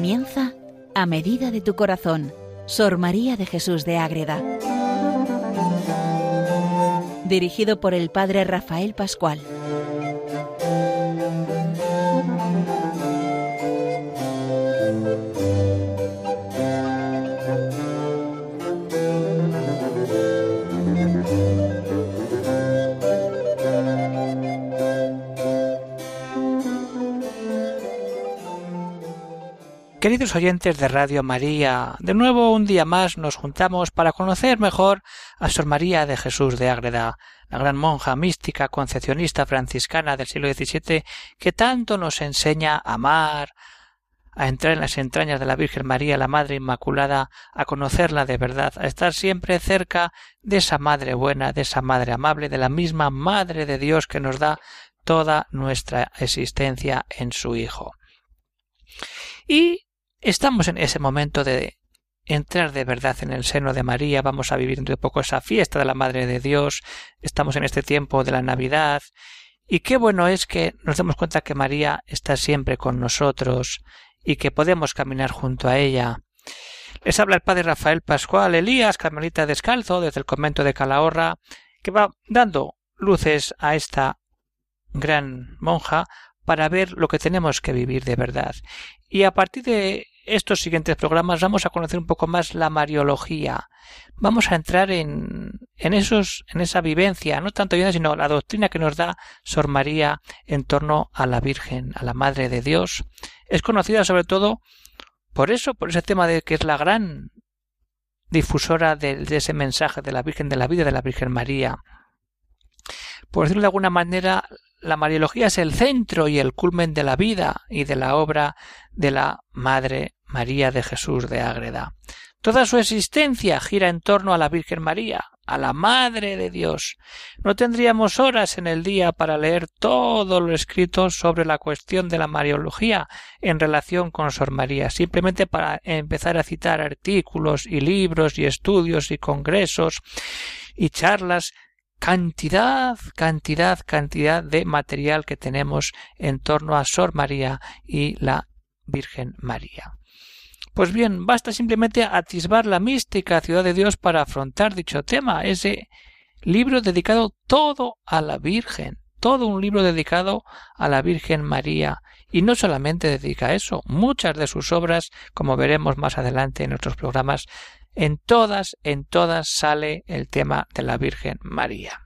Comienza A medida de tu corazón, Sor María de Jesús de Ágreda. Dirigido por el Padre Rafael Pascual. Queridos oyentes de Radio María, de nuevo un día más nos juntamos para conocer mejor a Sor María de Jesús de Ágreda, la gran monja mística concepcionista franciscana del siglo XVII que tanto nos enseña a amar, a entrar en las entrañas de la Virgen María, la Madre Inmaculada, a conocerla de verdad, a estar siempre cerca de esa Madre buena, de esa Madre amable, de la misma Madre de Dios que nos da toda nuestra existencia en su Hijo. Y estamos en ese momento de entrar de verdad en el seno de María. Vamos a vivir dentro de poco esa fiesta de la Madre de Dios. Estamos en este tiempo de la Navidad. Y qué bueno es que nos demos cuenta que María está siempre con nosotros y que podemos caminar junto a ella. Les habla el Padre Rafael Pascual Elías, carmelita descalzo, desde el convento de Calahorra, que va dando luces a esta gran monja para ver lo que tenemos que vivir de verdad. Y a partir de estos siguientes programas vamos a conocer un poco más la Mariología. Vamos a entrar en esa vivencia, no tanto yo, sino la doctrina que nos da Sor María en torno a la Virgen, a la Madre de Dios. Es conocida sobre todo por ese tema de que es la gran difusora de ese mensaje de la Virgen, de la vida de la Virgen María. Por decirlo de alguna manera, la Mariología es el centro y el culmen de la vida y de la obra de la Madre María de Jesús de Ágreda. Toda su existencia gira en torno a la Virgen María, a la Madre de Dios. No tendríamos horas en el día para leer todo lo escrito sobre la cuestión de la Mariología en relación con Sor María, simplemente para empezar a citar artículos y libros y estudios y congresos y charlas. Cantidad de material que tenemos en torno a Sor María y la Virgen María. Pues bien, basta simplemente atisbar la mística Ciudad de Dios para afrontar dicho tema, ese libro dedicado todo a la Virgen, todo un libro dedicado a la Virgen María. Y no solamente dedica a eso, muchas de sus obras, como veremos más adelante en otros programas, en todas sale el tema de la Virgen María.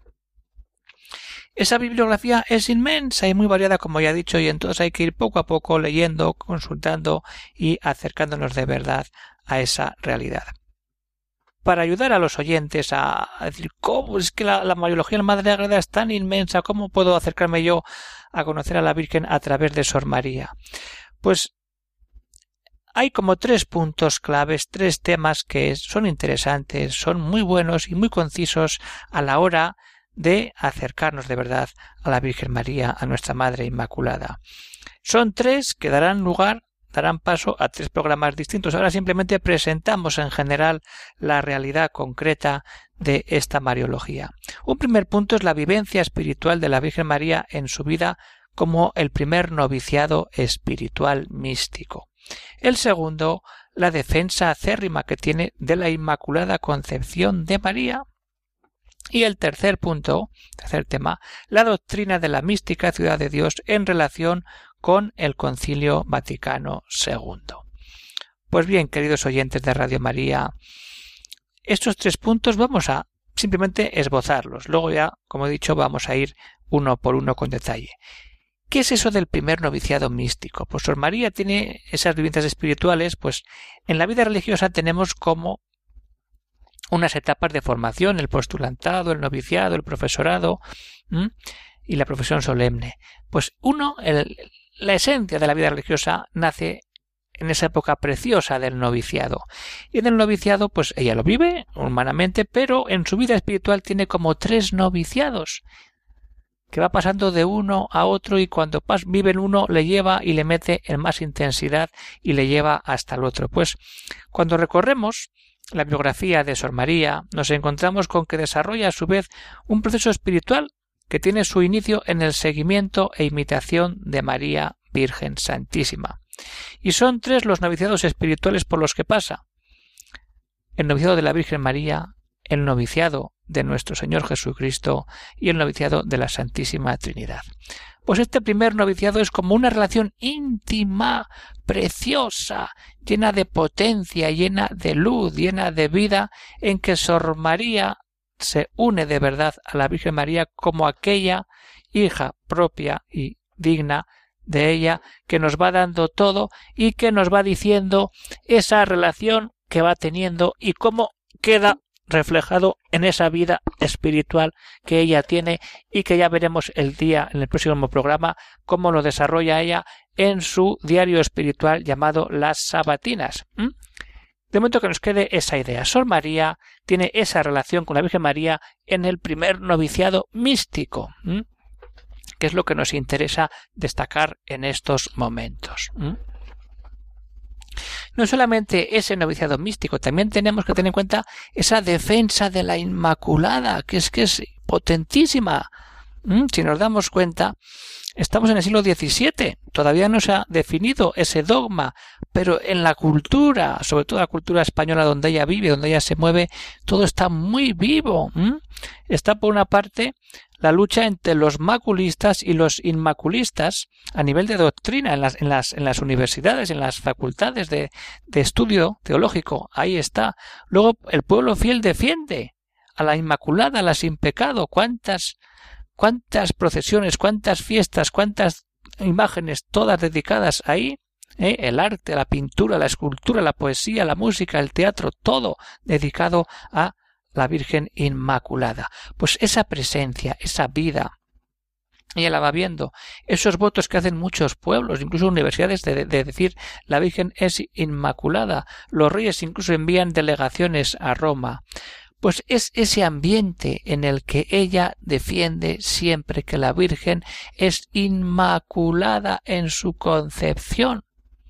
Esa bibliografía es inmensa y muy variada, como ya he dicho, y entonces hay que ir poco a poco leyendo, consultando y acercándonos de verdad a esa realidad. Para ayudar a los oyentes a decir, ¿cómo es que la Mariología de la Madre Ágreda es tan inmensa? ¿Cómo puedo acercarme yo a conocer a la Virgen a través de Sor María? Pues hay como 3 puntos claves, 3 temas que son interesantes, son muy buenos y muy concisos a la hora de acercarnos de verdad a la Virgen María, a nuestra Madre Inmaculada. Son 3 que darán paso a 3 programas distintos. Ahora simplemente presentamos en general la realidad concreta de esta Mariología. Un primer punto es la vivencia espiritual de la Virgen María en su vida como el primer noviciado espiritual místico. El segundo, la defensa acérrima que tiene de la Inmaculada Concepción de María. Y el tercer tema, la doctrina de la mística Ciudad de Dios en relación con el Concilio Vaticano II. Pues bien, queridos oyentes de Radio María, estos 3 puntos vamos a simplemente esbozarlos. Luego ya, como he dicho, vamos a ir uno por uno con detalle. ¿Qué es eso del primer noviciado místico? Pues Sor María tiene esas vivencias espirituales, pues en la vida religiosa tenemos como unas etapas de formación, el postulantado, el noviciado, el profesorado y la profesión solemne. Pues la esencia de la vida religiosa nace en esa época preciosa del noviciado. Y en el noviciado, pues ella lo vive humanamente, pero en su vida espiritual tiene como 3 noviciados, que va pasando de uno a otro y cuando vive en uno le lleva y le mete en más intensidad y le lleva hasta el otro. Pues cuando recorremos la biografía de Sor María nos encontramos con que desarrolla a su vez un proceso espiritual que tiene su inicio en el seguimiento e imitación de María Virgen Santísima. Y son 3 los noviciados espirituales por los que pasa: el noviciado de la Virgen María, el noviciado de nuestro Señor Jesucristo y el noviciado de la Santísima Trinidad. Pues este primer noviciado es como una relación íntima, preciosa, llena de potencia, llena de luz, llena de vida, en que Sor María se une de verdad a la Virgen María como aquella hija propia y digna de ella, que nos va dando todo y que nos va diciendo esa relación que va teniendo y cómo queda reflejado en esa vida espiritual que ella tiene, y que ya veremos en el próximo programa, cómo lo desarrolla ella en su diario espiritual llamado Las Sabatinas. De momento que nos quede esa idea. Sor María tiene esa relación con la Virgen María en el primer noviciado místico, que es lo que nos interesa destacar en estos momentos. No solamente ese noviciado místico, también tenemos que tener en cuenta esa defensa de la Inmaculada, que es potentísima. Si nos damos cuenta, estamos en el siglo XVII, todavía no se ha definido ese dogma, pero en la cultura, sobre todo la cultura española donde ella vive, donde ella se mueve, todo está muy vivo. Está por una parte la lucha entre los maculistas y los inmaculistas a nivel de doctrina en las universidades, en las facultades de estudio teológico. Ahí está. Luego el pueblo fiel defiende a la Inmaculada, a la sin pecado. ¿Cuántas procesiones, cuántas fiestas, cuántas imágenes, todas dedicadas ahí? El arte, la pintura, la escultura, la poesía, la música, el teatro, todo dedicado a la Virgen Inmaculada. Pues esa presencia, esa vida, ella la va viendo. Esos votos que hacen muchos pueblos, incluso universidades, de decir la Virgen es Inmaculada. Los reyes incluso envían delegaciones a Roma. Pues es ese ambiente en el que ella defiende siempre que la Virgen es inmaculada en su concepción.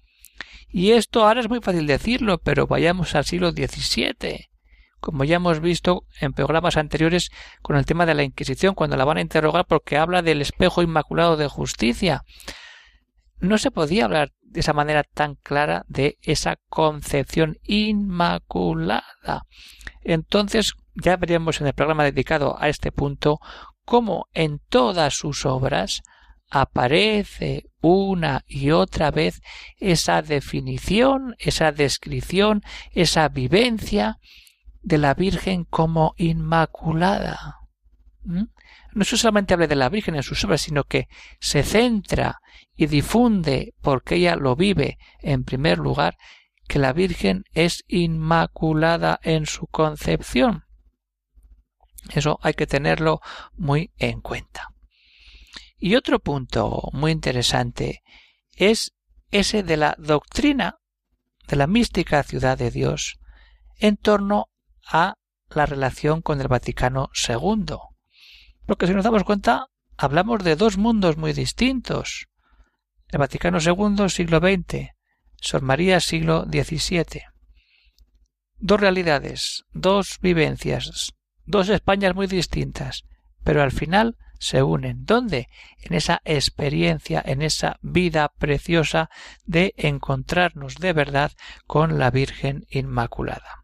Y esto ahora es muy fácil decirlo, pero vayamos al siglo XVII. Como ya hemos visto en programas anteriores con el tema de la Inquisición, cuando la van a interrogar porque habla del espejo inmaculado de justicia. No se podía hablar de esa manera tan clara de esa concepción inmaculada. Entonces ya veremos en el programa dedicado a este punto cómo en todas sus obras aparece una y otra vez esa definición, esa descripción, esa vivencia de la Virgen como Inmaculada. No solamente habla de la Virgen en sus obras, sino que se centra y difunde, porque ella lo vive en primer lugar, que la Virgen es inmaculada en su concepción. Eso hay que tenerlo muy en cuenta. Y otro punto muy interesante es ese de la doctrina de la mística ciudad de Dios en torno a la relación con el Vaticano II. Porque si nos damos cuenta, hablamos de 2 mundos muy distintos. El Vaticano II, siglo XX, Sor María, siglo XVII. 2 realidades, 2 vivencias, 2 Españas muy distintas, pero al final se unen. ¿Dónde? En esa experiencia, en esa vida preciosa de encontrarnos de verdad con la Virgen Inmaculada.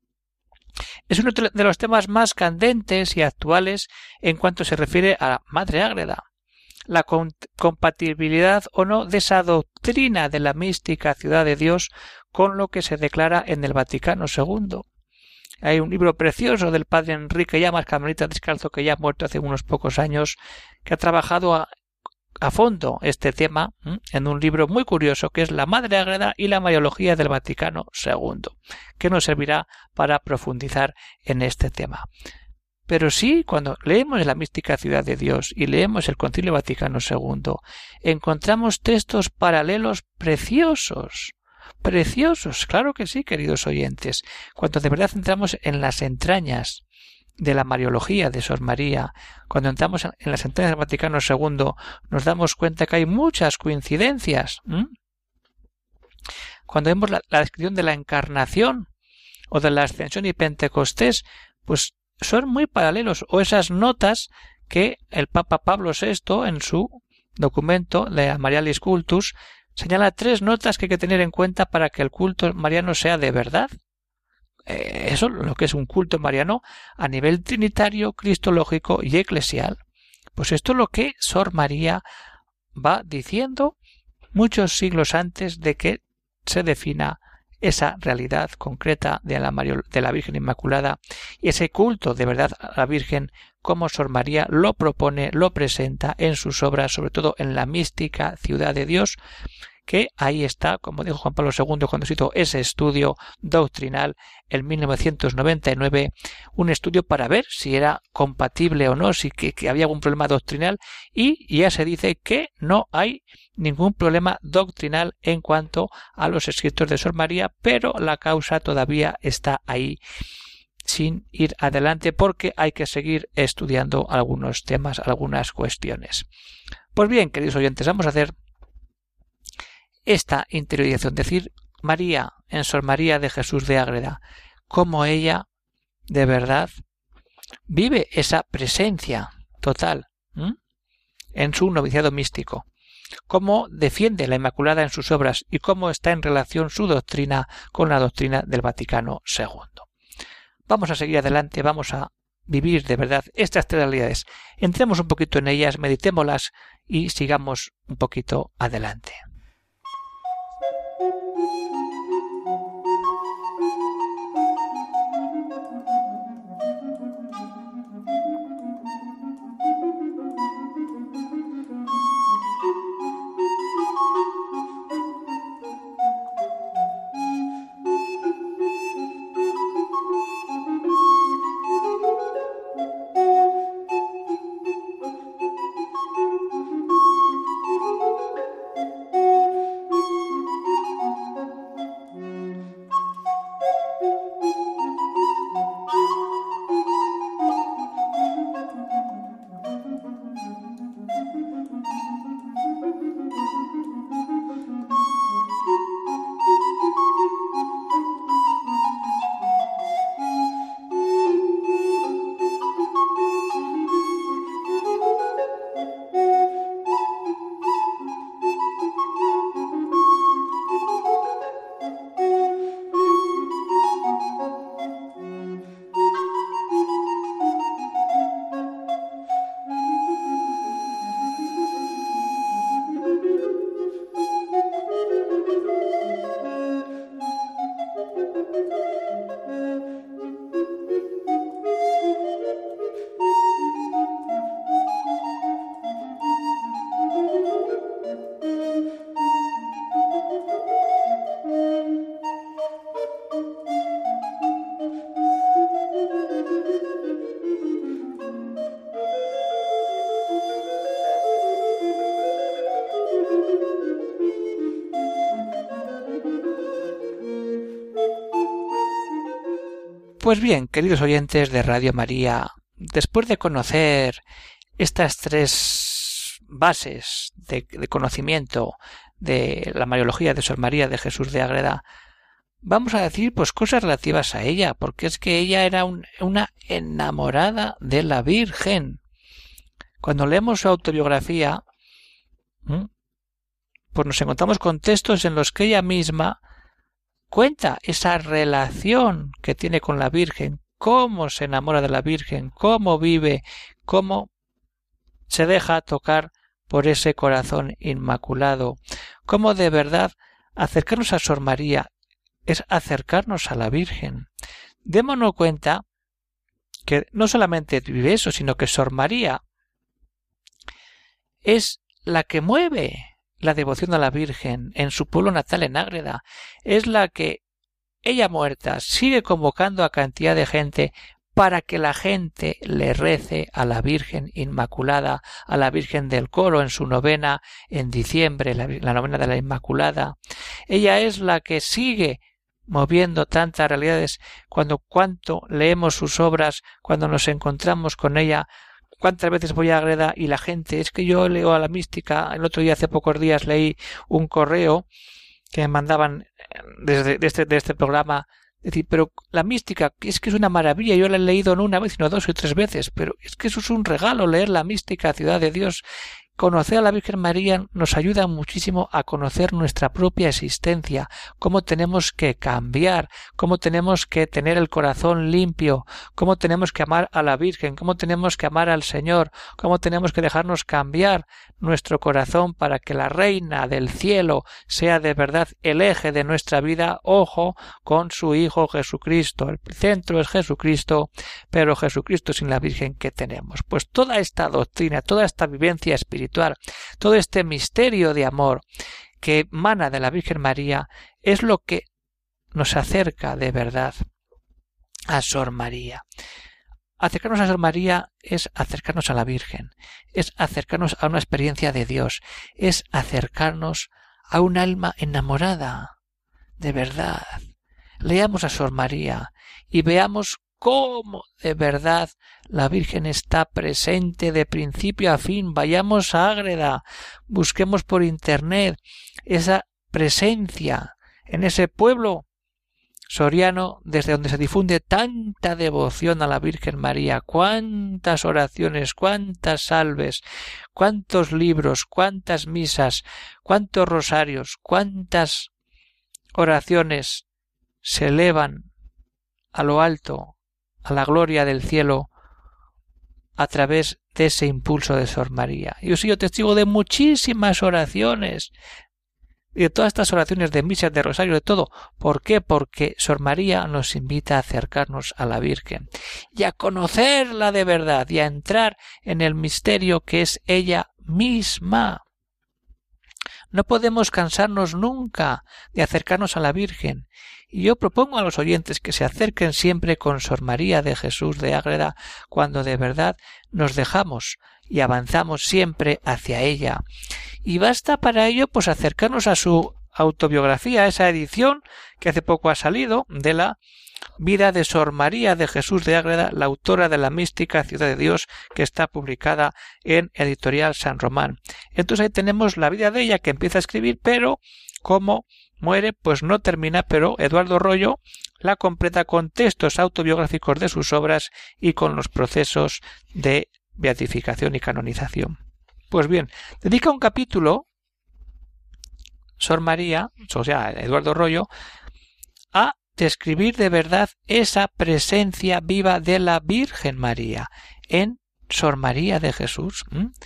Es uno de los temas más candentes y actuales en cuanto se refiere a Madre Ágreda. La compatibilidad o no de esa doctrina de la mística ciudad de Dios con lo que se declara en el Vaticano II. Hay un libro precioso del padre Enrique Llamas, carmelita descalzo, que ya ha muerto hace unos pocos años, que ha trabajado a fondo este tema en un libro muy curioso que es La Madre Ágreda y la Mariología del Vaticano II, que nos servirá para profundizar en este tema. Pero sí, cuando leemos la mística ciudad de Dios y leemos el Concilio Vaticano II, encontramos textos paralelos preciosos. Preciosos, claro que sí, queridos oyentes. Cuando de verdad entramos en las entrañas de la Mariología de Sor María, cuando entramos en las entrañas del Vaticano II, nos damos cuenta que hay muchas coincidencias. Cuando vemos la descripción de la Encarnación o de la Ascensión y Pentecostés, pues son muy paralelos, o esas notas que el Papa Pablo VI en su documento de Marialis Cultus señala 3 notas que hay que tener en cuenta para que el culto mariano sea de verdad. Eso, lo que es un culto mariano a nivel trinitario, cristológico y eclesial. Pues esto es lo que Sor María va diciendo muchos siglos antes de que se defina esa realidad concreta de la Virgen Inmaculada y ese culto de verdad a la Virgen, como Sor María lo propone, lo presenta en sus obras, sobre todo en la mística Ciudad de Dios, que ahí está, como dijo Juan Pablo II cuando se hizo ese estudio doctrinal en 1999, un estudio para ver si era compatible o no, si que había algún problema doctrinal, y ya se dice que no hay ningún problema doctrinal en cuanto a los escritos de Sor María, pero la causa todavía está ahí sin ir adelante porque hay que seguir estudiando algunos temas, algunas cuestiones. Pues bien, queridos oyentes, vamos a hacer esta interiorización, decir María en Sor María de Jesús de Ágreda, cómo ella de verdad vive esa presencia total en su noviciado místico, cómo defiende la Inmaculada en sus obras y cómo está en relación su doctrina con la doctrina del Vaticano II. Vamos a seguir adelante, vamos a vivir de verdad estas 3 realidades. Entremos un poquito en ellas, meditémoslas y sigamos un poquito adelante. Pues bien, queridos oyentes de Radio María, después de conocer estas 3 bases de conocimiento de la Mariología de Sor María de Jesús de Ágreda, vamos a decir pues cosas relativas a ella, porque es que ella era una enamorada de la Virgen. Cuando leemos su autobiografía, pues nos encontramos con textos en los que ella misma cuenta esa relación que tiene con la Virgen, cómo se enamora de la Virgen, cómo vive, cómo se deja tocar por ese corazón inmaculado, cómo de verdad acercarnos a Sor María es acercarnos a la Virgen. Démonos cuenta que no solamente vive eso, sino que Sor María es la que mueve la devoción a la Virgen en su pueblo natal en Ágreda, es la que, ella muerta, sigue convocando a cantidad de gente para que la gente le rece a la Virgen Inmaculada, a la Virgen del Coro en su novena en diciembre, la novena de la Inmaculada. Ella es la que sigue moviendo tantas realidades cuanto leemos sus obras, cuando nos encontramos con ella. ¿Cuántas veces voy a Ágreda y la gente, es que yo leo a la mística? El otro día, hace pocos días, leí un correo que me mandaban de este programa, decir, pero la mística, es que es una maravilla, yo la he leído no una vez, sino 2 o 3 veces, pero es que eso es un regalo, leer la mística Ciudad de Dios. conocer a la Virgen María nos ayuda muchísimo a conocer nuestra propia existencia, cómo tenemos que cambiar, cómo tenemos que tener el corazón limpio, cómo tenemos que amar a la Virgen, cómo tenemos que amar al Señor, cómo tenemos que dejarnos cambiar nuestro corazón para que la Reina del Cielo sea de verdad el eje de nuestra vida, ojo, con su Hijo Jesucristo. El centro es Jesucristo, pero Jesucristo sin la Virgen, ¿qué tenemos? Pues toda esta doctrina, toda esta vivencia espiritual, todo este misterio de amor que emana de la Virgen María es lo que nos acerca de verdad a Sor María. Acercarnos a Sor María es acercarnos a la Virgen, es acercarnos a una experiencia de Dios, es acercarnos a un alma enamorada de verdad. Leamos a Sor María y veamos cómo de verdad la Virgen está presente de principio a fin. Vayamos a Ágreda, busquemos por internet esa presencia en ese pueblo soriano desde donde se difunde tanta devoción a la Virgen María. Cuántas oraciones, cuántas salves, cuántos libros, cuántas misas, cuántos rosarios, cuántas oraciones se elevan a lo alto, a la gloria del cielo, a través de ese impulso de Sor María. Yo he sido testigo de muchísimas oraciones, y de todas estas oraciones de misas, de rosario, de todo. ¿Por qué? Porque Sor María nos invita a acercarnos a la Virgen y a conocerla de verdad y a entrar en el misterio que es ella misma. No podemos cansarnos nunca de acercarnos a la Virgen. Y yo propongo a los oyentes que se acerquen siempre con Sor María de Jesús de Ágreda cuando de verdad nos dejamos y avanzamos siempre hacia ella. Y basta para ello pues acercarnos a su autobiografía, a esa edición que hace poco ha salido de la vida de Sor María de Jesús de Ágreda, la autora de la mística Ciudad de Dios, que está publicada en Editorial San Román. Entonces ahí tenemos la vida de ella, que empieza a escribir, pero como muere, pues no termina, pero Eduardo Rollo la completa con textos autobiográficos de sus obras y con los procesos de beatificación y canonización. Pues bien, dedica un capítulo Sor María, o sea, Eduardo Rollo, a describir de verdad esa presencia viva de la Virgen María en Sor María de Jesús.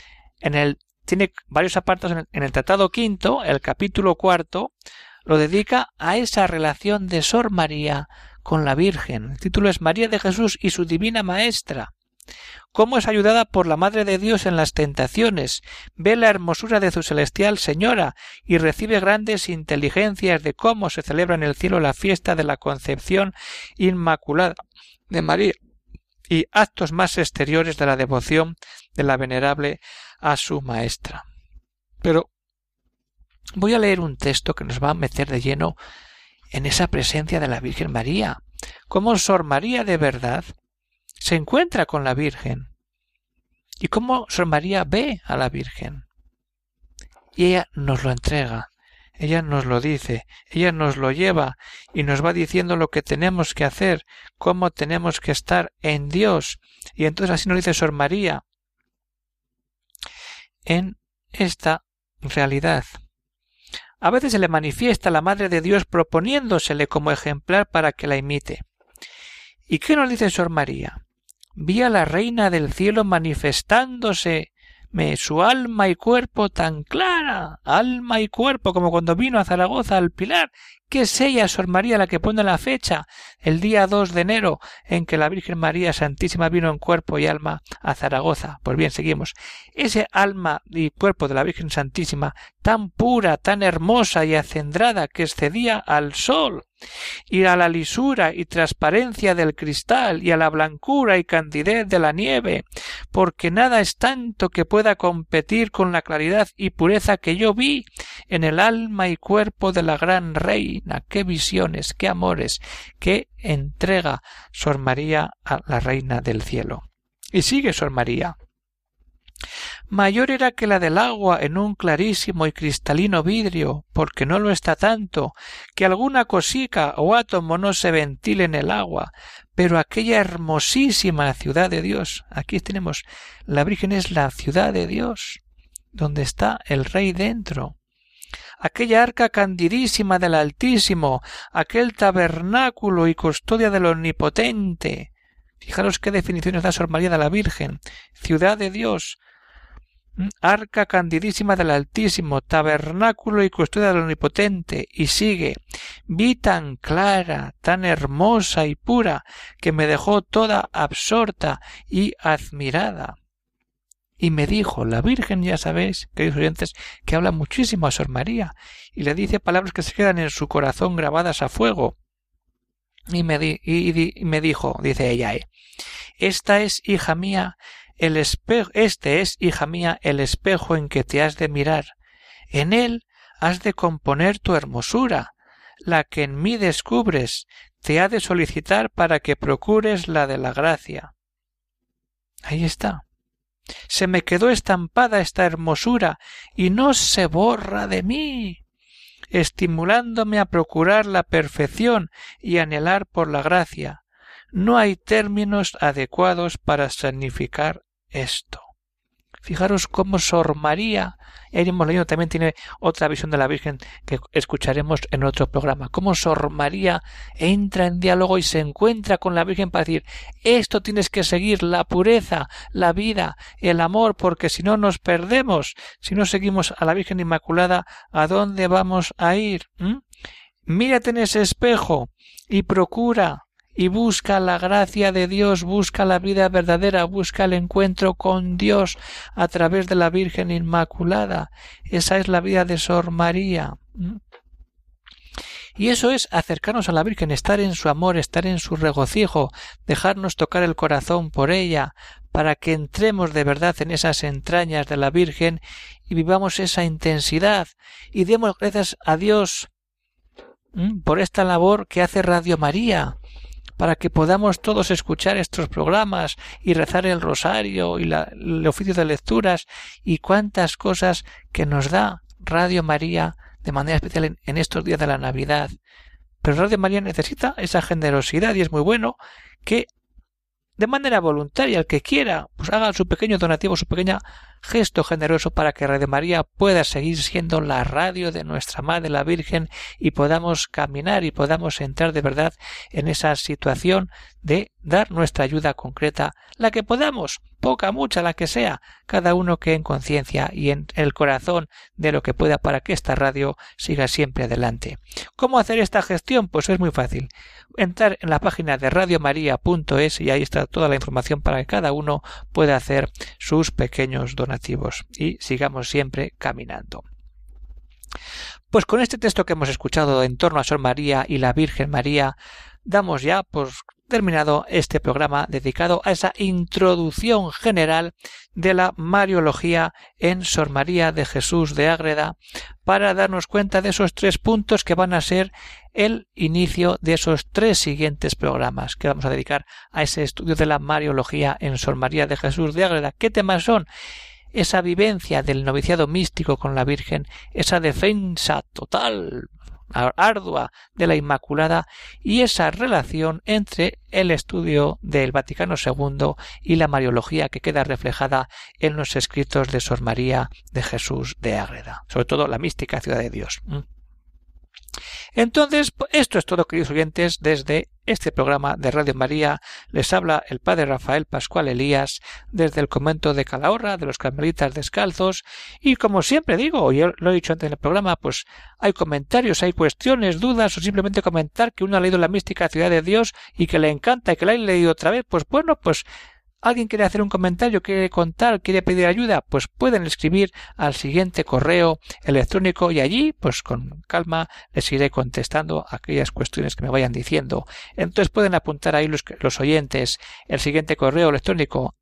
Tiene varios apartados en el Tratado Quinto, el capítulo cuarto, lo dedica a esa relación de Sor María con la Virgen. El título es María de Jesús y su Divina Maestra. Cómo es ayudada por la Madre de Dios en las tentaciones, ve la hermosura de su celestial Señora y recibe grandes inteligencias de cómo se celebra en el cielo la fiesta de la Concepción Inmaculada de María y actos más exteriores de la devoción de la venerable a su maestra. Pero voy a leer un texto que nos va a meter de lleno en esa presencia de la Virgen María. Cómo Sor María de verdad se encuentra con la Virgen y cómo Sor María ve a la Virgen. Y ella nos lo entrega, ella nos lo dice, ella nos lo lleva y nos va diciendo lo que tenemos que hacer, cómo tenemos que estar en Dios. Y entonces así nos dice Sor María en esta realidad. A veces se le manifiesta la Madre de Dios proponiéndosele como ejemplar para que la imite. ¿Y qué nos dice Sor María? Vi a la Reina del Cielo manifestándose su alma y cuerpo tan clara, alma y cuerpo, como cuando vino a Zaragoza al Pilar, que es ella, Sor María, la que pone la fecha, el día 2 de enero, en que la Virgen María Santísima vino en cuerpo y alma a Zaragoza. Pues bien, seguimos. Ese alma y cuerpo de la Virgen Santísima, tan pura, tan hermosa y acendrada, que excedía al sol, y a la lisura y transparencia del cristal, y a la blancura y candidez de la nieve, porque nada es tanto que pueda competir con la claridad y pureza que yo vi en el alma y cuerpo de la gran Reina. Qué visiones, qué amores, qué entrega Sor María a la Reina del Cielo. Y sigue Sor María. Mayor era que la del agua en un clarísimo y cristalino vidrio, porque no lo está tanto, que alguna cosica o átomo no se ventile en el agua, pero aquella hermosísima ciudad de Dios, aquí tenemos, la Virgen es la ciudad de Dios, donde está el Rey dentro. Aquella arca candidísima del Altísimo, aquel tabernáculo y custodia del Omnipotente. Fijaros qué definiciones da Sor María de la Virgen. Ciudad de Dios, arca candidísima del Altísimo, tabernáculo y custodia del Omnipotente. Y sigue, vi tan clara, tan hermosa y pura, que me dejó toda absorta y admirada. Y me dijo, la Virgen, ya sabéis, queridos oyentes, que habla muchísimo a Sor María, y le dice palabras que se quedan en su corazón grabadas a fuego. Y me dijo, dice ella, este es, hija mía, el espejo en que te has de mirar. En él has de componer tu hermosura, la que en mí descubres, te ha de solicitar para que procures la de la gracia. Ahí está. Se me quedó estampada esta hermosura y no se borra de mí, estimulándome a procurar la perfección y anhelar por la gracia. No hay términos adecuados para significar esto. Fijaros cómo Sor María, iremos leyendo, también tiene otra visión de la Virgen que escucharemos en otro programa. Cómo Sor María entra en diálogo y se encuentra con la Virgen para decir, esto tienes que seguir, la pureza, la vida, el amor, porque si no nos perdemos. Si no seguimos a la Virgen Inmaculada, ¿a dónde vamos a ir? Mírate en ese espejo y procura y busca la gracia de Dios, busca la vida verdadera, busca el encuentro con Dios a través de la Virgen Inmaculada. Esa es la vida de Sor María. Y eso es acercarnos a la Virgen, estar en su amor, estar en su regocijo, dejarnos tocar el corazón por ella, para que entremos de verdad en esas entrañas de la Virgen y vivamos esa intensidad y demos gracias a Dios por esta labor que hace Radio María, para que podamos todos escuchar estos programas y rezar el rosario y el oficio de lecturas y cuántas cosas que nos da Radio María de manera especial en estos días de la Navidad. Pero Radio María necesita esa generosidad y es muy bueno que de manera voluntaria el que quiera pues haga su pequeño donativo, su pequeño gesto generoso para que Radio María pueda seguir siendo la radio de nuestra Madre la Virgen y podamos caminar y podamos entrar de verdad en esa situación de dar nuestra ayuda concreta, la que podamos, poca, mucha, la que sea, cada uno que en conciencia y en el corazón de lo que pueda para que esta radio siga siempre adelante. ¿Cómo hacer esta gestión? Pues es muy fácil. Entrar en la página de radiomaria.es y ahí está toda la información para que cada uno pueda hacer sus pequeños donativos y sigamos siempre caminando. Pues con este texto que hemos escuchado en torno a Sor María y la Virgen María, damos ya por terminado este programa dedicado a esa introducción general de la Mariología en Sor María de Jesús de Ágreda, para darnos cuenta de esos 3 puntos que van a ser el inicio de esos 3 siguientes programas que vamos a dedicar a ese estudio de la Mariología en Sor María de Jesús de Ágreda. ¿Qué temas son? Esa vivencia del noviciado místico con la Virgen, esa defensa total, ardua de la Inmaculada y esa relación entre el estudio del Vaticano II y la Mariología que queda reflejada en los escritos de Sor María de Jesús de Ágreda, sobre todo la mística Ciudad de Dios. Entonces, esto es todo, queridos oyentes, desde este programa de Radio María. Les habla el Padre Rafael Pascual Elías desde el convento de Calahorra, de los Carmelitas Descalzos, y como siempre digo, yo lo he dicho antes en el programa, pues hay comentarios, hay cuestiones, dudas, o simplemente comentar que uno ha leído la mística Ciudad de Dios y que le encanta y que la ha leído otra vez, pues bueno, pues ¿alguien quiere hacer un comentario, quiere contar, quiere pedir ayuda? Pues pueden escribir al siguiente correo electrónico y allí, pues con calma, les iré contestando aquellas cuestiones que me vayan diciendo. Entonces pueden apuntar ahí los oyentes el siguiente correo electrónico,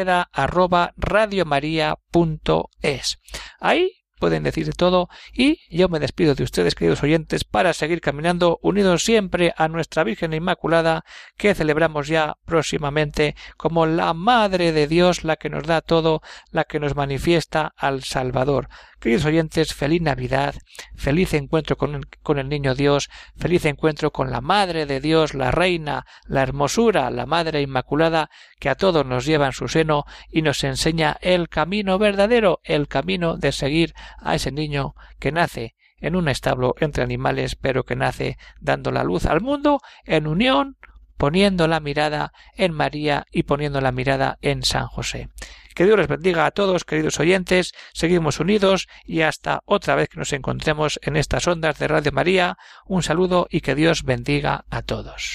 agreda@radiomaria.es. Ahí pueden decir de todo y yo me despido de ustedes, queridos oyentes, para seguir caminando unidos siempre a nuestra Virgen Inmaculada, que celebramos ya próximamente como la Madre de Dios, la que nos da todo, la que nos manifiesta al Salvador. Queridos oyentes, feliz Navidad, feliz encuentro con el Niño Dios, feliz encuentro con la Madre de Dios, la Reina, la Hermosura, la Madre Inmaculada, que a todos nos lleva en su seno y nos enseña el camino verdadero, el camino de seguir a ese niño que nace en un establo entre animales, pero que nace dando la luz al mundo en unión, poniendo la mirada en María y poniendo la mirada en San José. Que Dios les bendiga a todos, queridos oyentes, seguimos unidos y hasta otra vez que nos encontremos en estas ondas de Radio María, un saludo y que Dios bendiga a todos.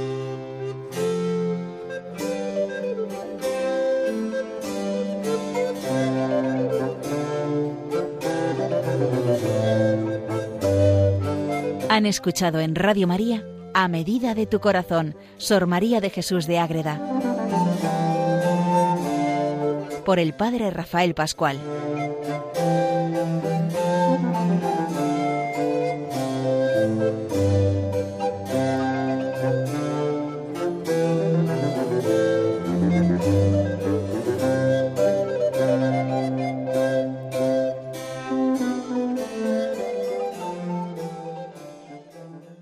Han escuchado en Radio María A medida de tu corazón, Sor María de Jesús de Ágreda, por el Padre Rafael Pascual.